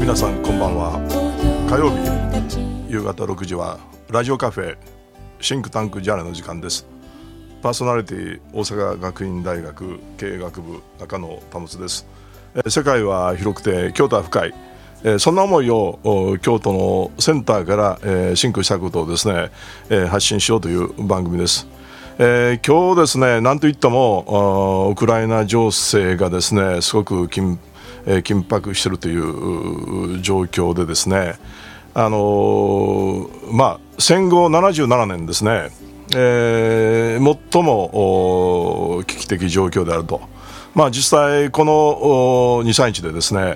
皆さんこんばんは。火曜日夕方6時はラジオカフェシンクタンクジャーナの時間です。パーソナリティ大阪学院大学経営学部中野保です。世界は広くて京都は深い、そんな思いを京都のセンターから、シンクしたことをですね、発信しようという番組です。今日ですね、なんといってもウクライナ情勢がですねすごく緊迫しているという状況でですね、戦後77年ですね、最も危機的状況であると、実際この 2,3 日でですね、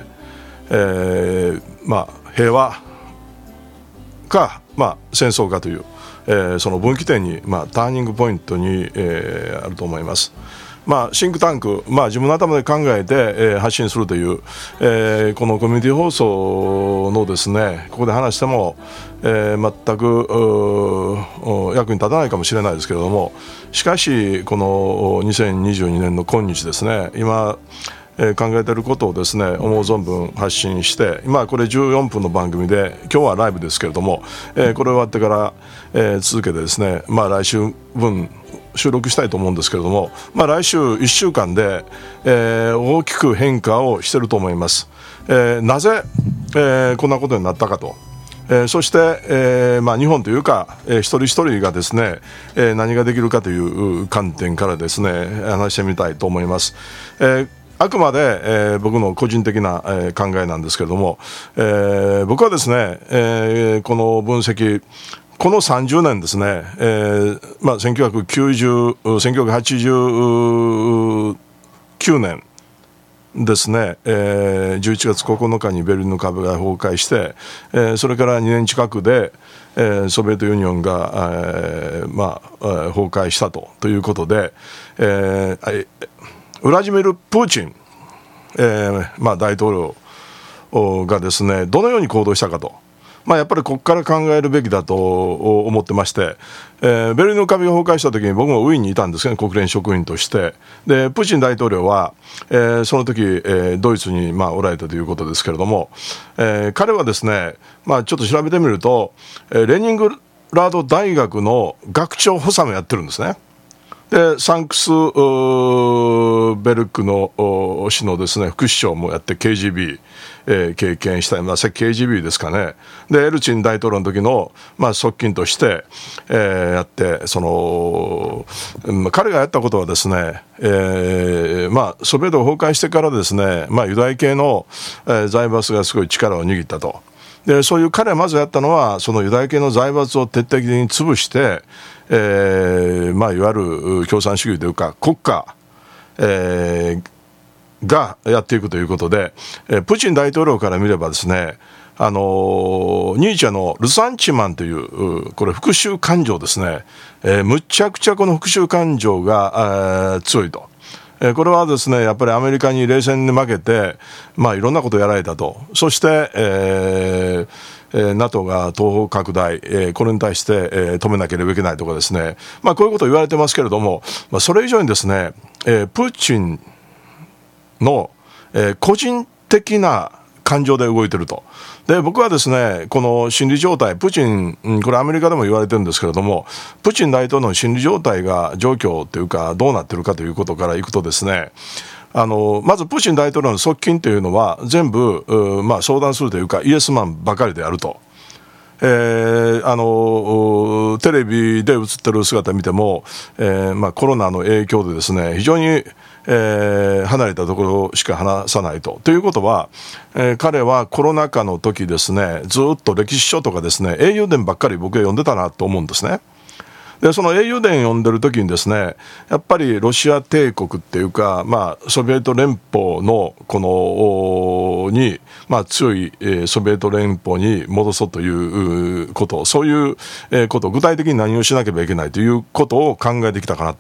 平和か、戦争かという、その分岐点に、ターニングポイントに、あると思います。シンクタンク、自分の頭で考えて、発信するという、このコミュニティ放送のですね、ここで話しても、全く役に立たないかもしれないですけれども、しかしこの2022年の今日ですね、今考えていることをですね思う存分発信して、これ14分の番組で今日はライブですけれども、これ終わってから、続けてですね、来週分収録したいと思うんですけれども、来週1週間で、大きく変化をしていると思います。なぜ、こんなことになったかと、そして、日本というか、一人一人がですね、何ができるかという観点からですね話してみたいと思います。あくまで、僕の個人的な、考えなんですけれども、僕はですね、この分析この30年ですね、1989年ですね、11月9日にベルリンの壁が崩壊して、それから2年近くで、ソビエトユニオンが、崩壊したということで、ウラジミル・プーチン、大統領がですねどのように行動したかと、やっぱりここから考えるべきだと思ってまして、ベルリンの壁が崩壊した時に僕もウィーンにいたんですね、国連職員として。でプーチン大統領は、その時、ドイツに、おられたということですけれども、彼はですね、ちょっと調べてみると、レニングラード大学の学長補佐もやってるんですね。でサンクスベルクの市のですね副首相もやって KGB、経験したい、KGB ですかね。でエルチン大統領の時の、側近として、やって彼がやったことはですね、ソビエトが崩壊してからですね、ユダヤ系の、財閥がすごい力を握ったと。でそういう彼がまずやったのはそのユダヤ系の財閥を徹底的に潰して、いわゆる共産主義というか国家、がやっていくということで、プーチン大統領から見ればですね、ニーチェのルサンチマンというこれ復讐感情ですね、むちゃくちゃこの復讐感情が、強いと。これはですねやっぱりアメリカに冷戦に負けて、いろんなことをやられたと。そして、NATO が東方拡大、これに対して、止めなければいけないとかですね、こういうことを言われてますけれども、それ以上にですね、プーチンの、個人的な感情で動いていると。で僕はですねこの心理状態、プーチン、これアメリカでも言われてるんですけれども、プーチン大統領の心理状態が状況というかどうなっているかということからいくとですね、まずプーチン大統領の側近というのは全部、相談するというかイエスマンばかりであると。テレビで映ってる姿を見ても、コロナの影響でですね非常に離れたところしか話さないということは、彼はコロナ禍の時ですねずっと歴史書とかですね英雄伝ばっかり僕は読んでたなと思うんですね。でその英雄伝読んでる時にですねやっぱりロシア帝国っていうか、ソビエト連邦のこのに、強い、ソビエト連邦に戻そうということ、そういう、こと具体的に何をしなければいけないということを考えてきたかなって、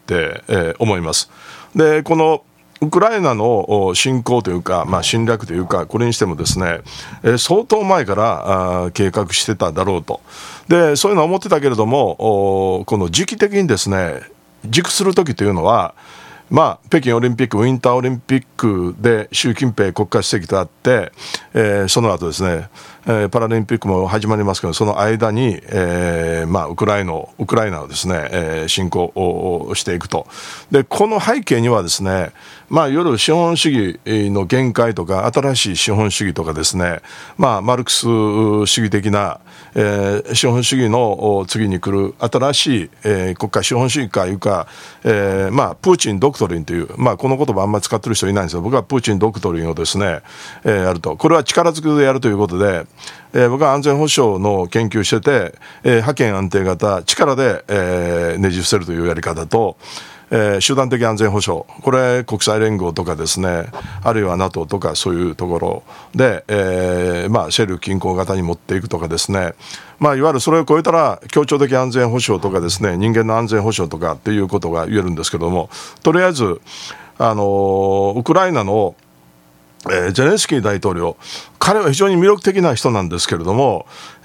思います。でこのウクライナの侵攻というか、侵略というかこれにしてもですね、相当前から計画してただろうと。でそういうのは思ってたけれども、この時期的にですね軸する時というのは、 北京オリンピック、ウィンターオリンピックで習近平国家主席と会って、その後ですね、パラリンピックも始まりますけど、その間に、ウクライナをですね、侵攻をしていくと。でこの背景にはですね、いわゆる資本主義の限界とか、新しい資本主義とかですね、マルクス主義的な、資本主義の次に来る新しい、国家資本主義かいうか、プーチンドクトリンという、この言葉あんまり使ってる人いないんですが、僕はプーチンドクトリンをですね、やると。これは力ずくでやるということで、僕は安全保障の研究してて、覇権安定型力で、ねじ伏せるというやり方と、集団的安全保障、これ国際連合とかですね、あるいは NATO とかそういうところで、勢力均衡型に持っていくとかですね、いわゆるそれを超えたら協調的安全保障とかですね、人間の安全保障とかっていうことが言えるんですけども、とりあえずウクライナのゼレンスキー大統領、彼は非常に魅力的な人なんですけれども、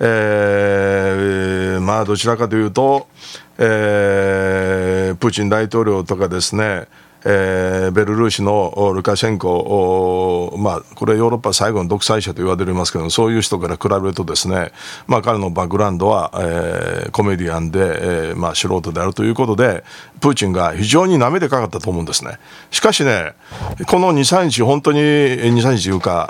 どちらかというと、プーチン大統領とかですね、ベルルーシのルカシェンコ、これヨーロッパ最後の独裁者と言われていますけど、そういう人から比べるとですね、彼のバックグラウンドは、コメディアンで、素人であるということで、プーチンが非常に舐めてかかったと思うんですね。しかしね、この 2,3 日本当に 2,3 日というか、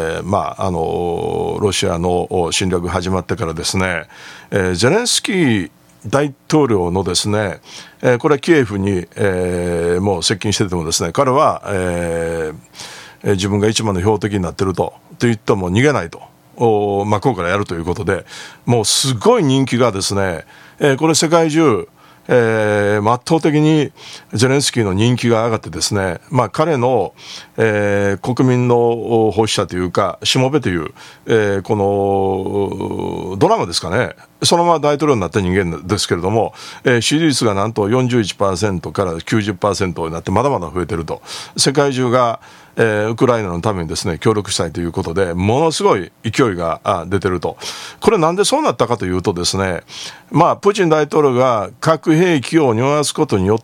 ロシアの侵略始まってからですね、ゼレンスキー大統領のですね、これはキエフに、もう接近しててもですね、彼は、自分が一番の標的になっていると言っても逃げないと、真っ向からやるということで、もうすごい人気がですね、これ世界中圧倒的にゼレンスキーの人気が上がってですね、彼の、国民の奉仕者というかしもべという、このドラマですかね、そのまま大統領になった人間ですけれども、支持率がなんと 41% から 90% になってまだまだ増えていると。世界中がウクライナのためにですね協力したいということで、ものすごい勢いが出てると。これなんでそうなったかというとですね、プーチン大統領が核兵器を入手すことによって、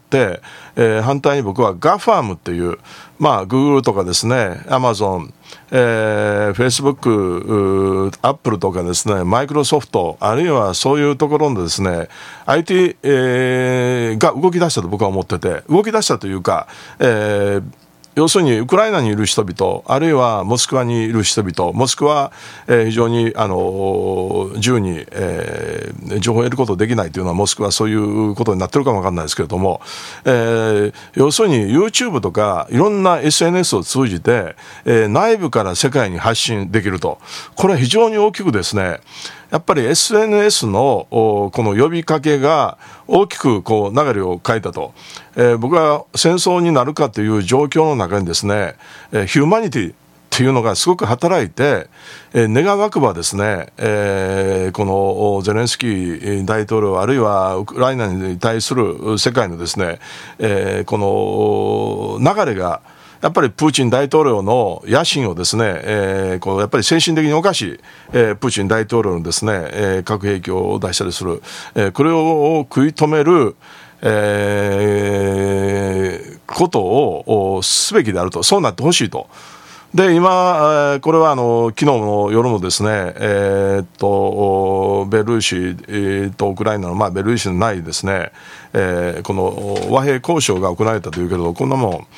反対に僕はガファームっていう、Google とかですね、Amazon、Facebook、Apple とかですね、マイクロソフト、あるいはそういうところのですね IT、が動き出したと僕は思ってて、動き出したというか、要するにウクライナにいる人々、あるいはモスクワにいる人々、モスクワは、非常に自由に、情報を得ることができないというのはモスクワはそういうことになってるかもわかんないですけれども、要するに YouTube とかいろんな SNS を通じて、内部から世界に発信できると。これは非常に大きくですね、やっぱり SNS のこの呼びかけが大きくこう流れを変えたと。僕は戦争になるかという状況の中にですね、ヒューマニティっていうのがすごく働いて、願わくばですね、このゼレンスキー大統領あるいはウクライナに対する世界のですね、この流れがやっぱりプーチン大統領の野心をですね、こうやっぱり精神的におかしい、プーチン大統領のですね、核兵器を出したりする、これを食い止める、ことをすべきであると、そうなってほしいと。で今これは昨日の夜もですね、ベルーシ、とウクライナの、ベルーシのないですね、この和平交渉が行われたというけれど、こんなもん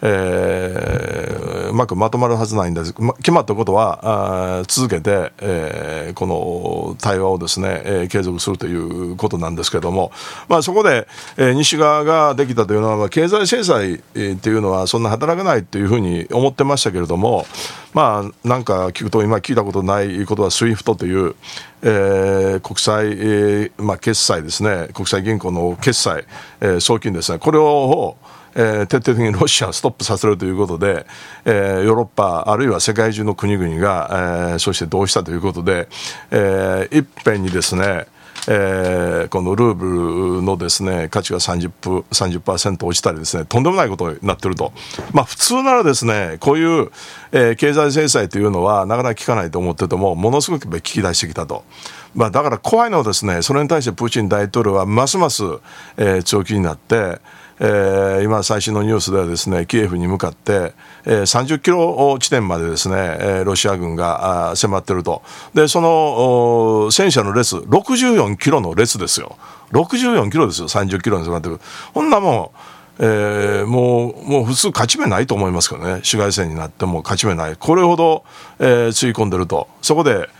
うまくまとまるはずないんです。決まったことは続けて、この対話をですね、継続するということなんですけれども、そこで、西側ができたというのは、経済制裁っていうのはそんな働かないというふうに思ってましたけれども、なんか聞くと今聞いたことないことは SWIFT という、国際、決済ですね、国際銀行の決済、送金ですね、これを徹底的にロシアをストップさせるということで、ヨーロッパあるいは世界中の国々が、そして同意したということで、いっぺんにですね、このルーブルのですね価値が 30% 落ちたりですね、とんでもないことになっていると。普通ならですね、こういう、経済制裁というのはなかなか効かないと思ってても、ものすごく効き出してきたと。だから怖いのはですね、それに対してプーチン大統領はますます、強気になって、 今最新のニュースではですね、キエフに向かって、30キロ地点までですね、ロシア軍が迫っていると。でその戦車の列64キロの列ですよ。64キロですよ。30キロに迫ってる。こんなもんもう普通勝ち目ないと思いますけどね。市街戦になっても勝ち目ない。これほど、つい込んでると。そこで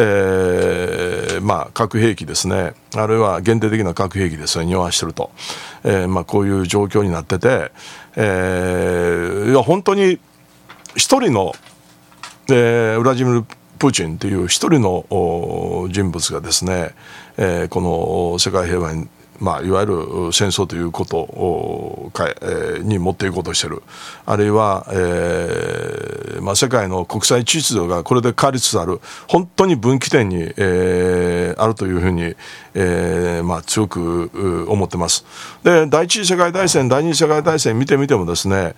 核兵器ですね、あるいは限定的な核兵器ですね、匂わしてると、こういう状況になってて、いや本当に一人の、ウラジミル・プーチンという一人の人物がですね、この世界平和にいわゆる戦争ということをに持っていこうとしている。あるいは、世界の国際秩序がこれで変わりつつある、本当に分岐点に、あるというふうに、強く思ってます。で、第一次世界大戦、第二次世界大戦見てみてもですね、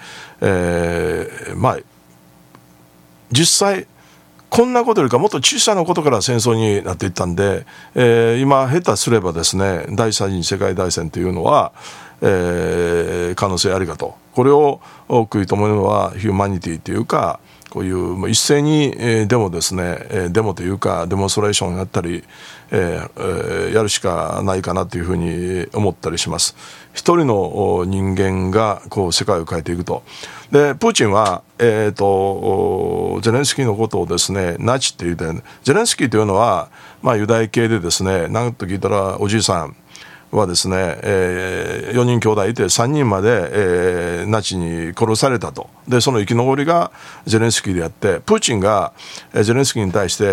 実際こんなことよりかもっと小さなことから戦争になっていったんで、今下手すればですね、第三次世界大戦というのは、可能性ありかと。これを食い止めるのはヒューマニティというか、こういう一斉にデモですね、デモというかデモンストレーションをやったり、やるしかないかなというふうに思ったりします。一人の人間がこう世界を変えていくと。でプーチンは、ゼレンスキーのことをですね、ナチって言うて、ゼレンスキーというのは、ユダヤ系でですね、なんと聞いたらおじいさんはですね、4人兄弟いて3人まで、ナチに殺されたと。でその生き残りがゼレンスキーであって、プーチンがゼレンスキーに対して、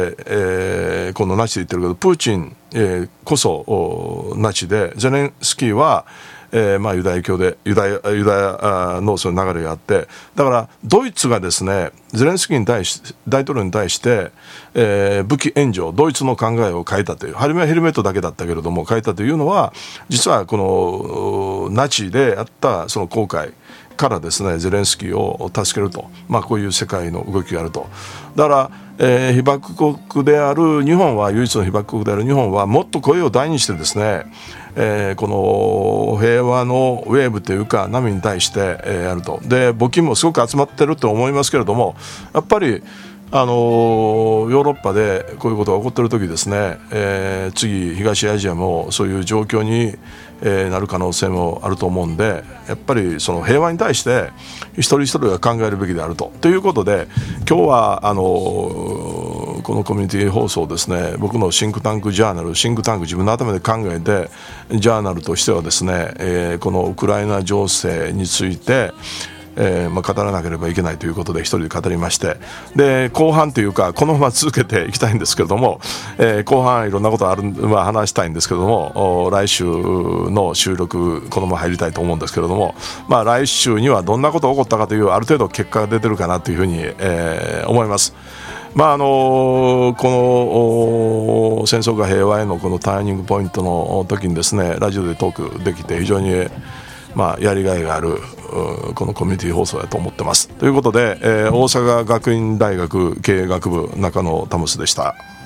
このナチで言ってるけど、プーチン、こそナチで、ゼレンスキーはユダヤ教でユダヤのその流れがあって、だからドイツがですね、ゼレンスキーに対し大統領に対して、武器援助、ドイツの考えを変えたという、初めはヘルメットだけだったけれども変えたというのは、実はこのナチであったその後悔からですね、ゼレンスキーを助けると、こういう世界の動きがあると。だから、被爆国である日本は、唯一の被爆国である日本はもっと声を大にしてですね、この平和のウェーブというか波に対して、やると。で募金もすごく集まってると思いますけれども、やっぱりヨーロッパでこういうことが起こっている時ですね、次東アジアもそういう状況に、なる可能性もあると思うんで、やっぱりその平和に対して一人一人が考えるべきであるということで、今日はこのコミュニティ放送ですね、僕のシンクタンクジャーナル、シンクタンク自分の頭で考えてジャーナルとしてはですね、このウクライナ情勢について語らなければいけないということで一人で語りまして、で後半というかこのまま続けていきたいんですけれども、後半いろんなことある、話したいんですけれども、来週の収録このまま入りたいと思うんですけれども、来週にはどんなことが起こったかというある程度結果が出てるかなというふうに、思います。この戦争が平和へのこのターニングポイントの時にですね、ラジオでトークできて非常にやりがいがあるこのコミュニティ放送だと思ってます。ということで、大阪学院大学経営学部中野タムスでした。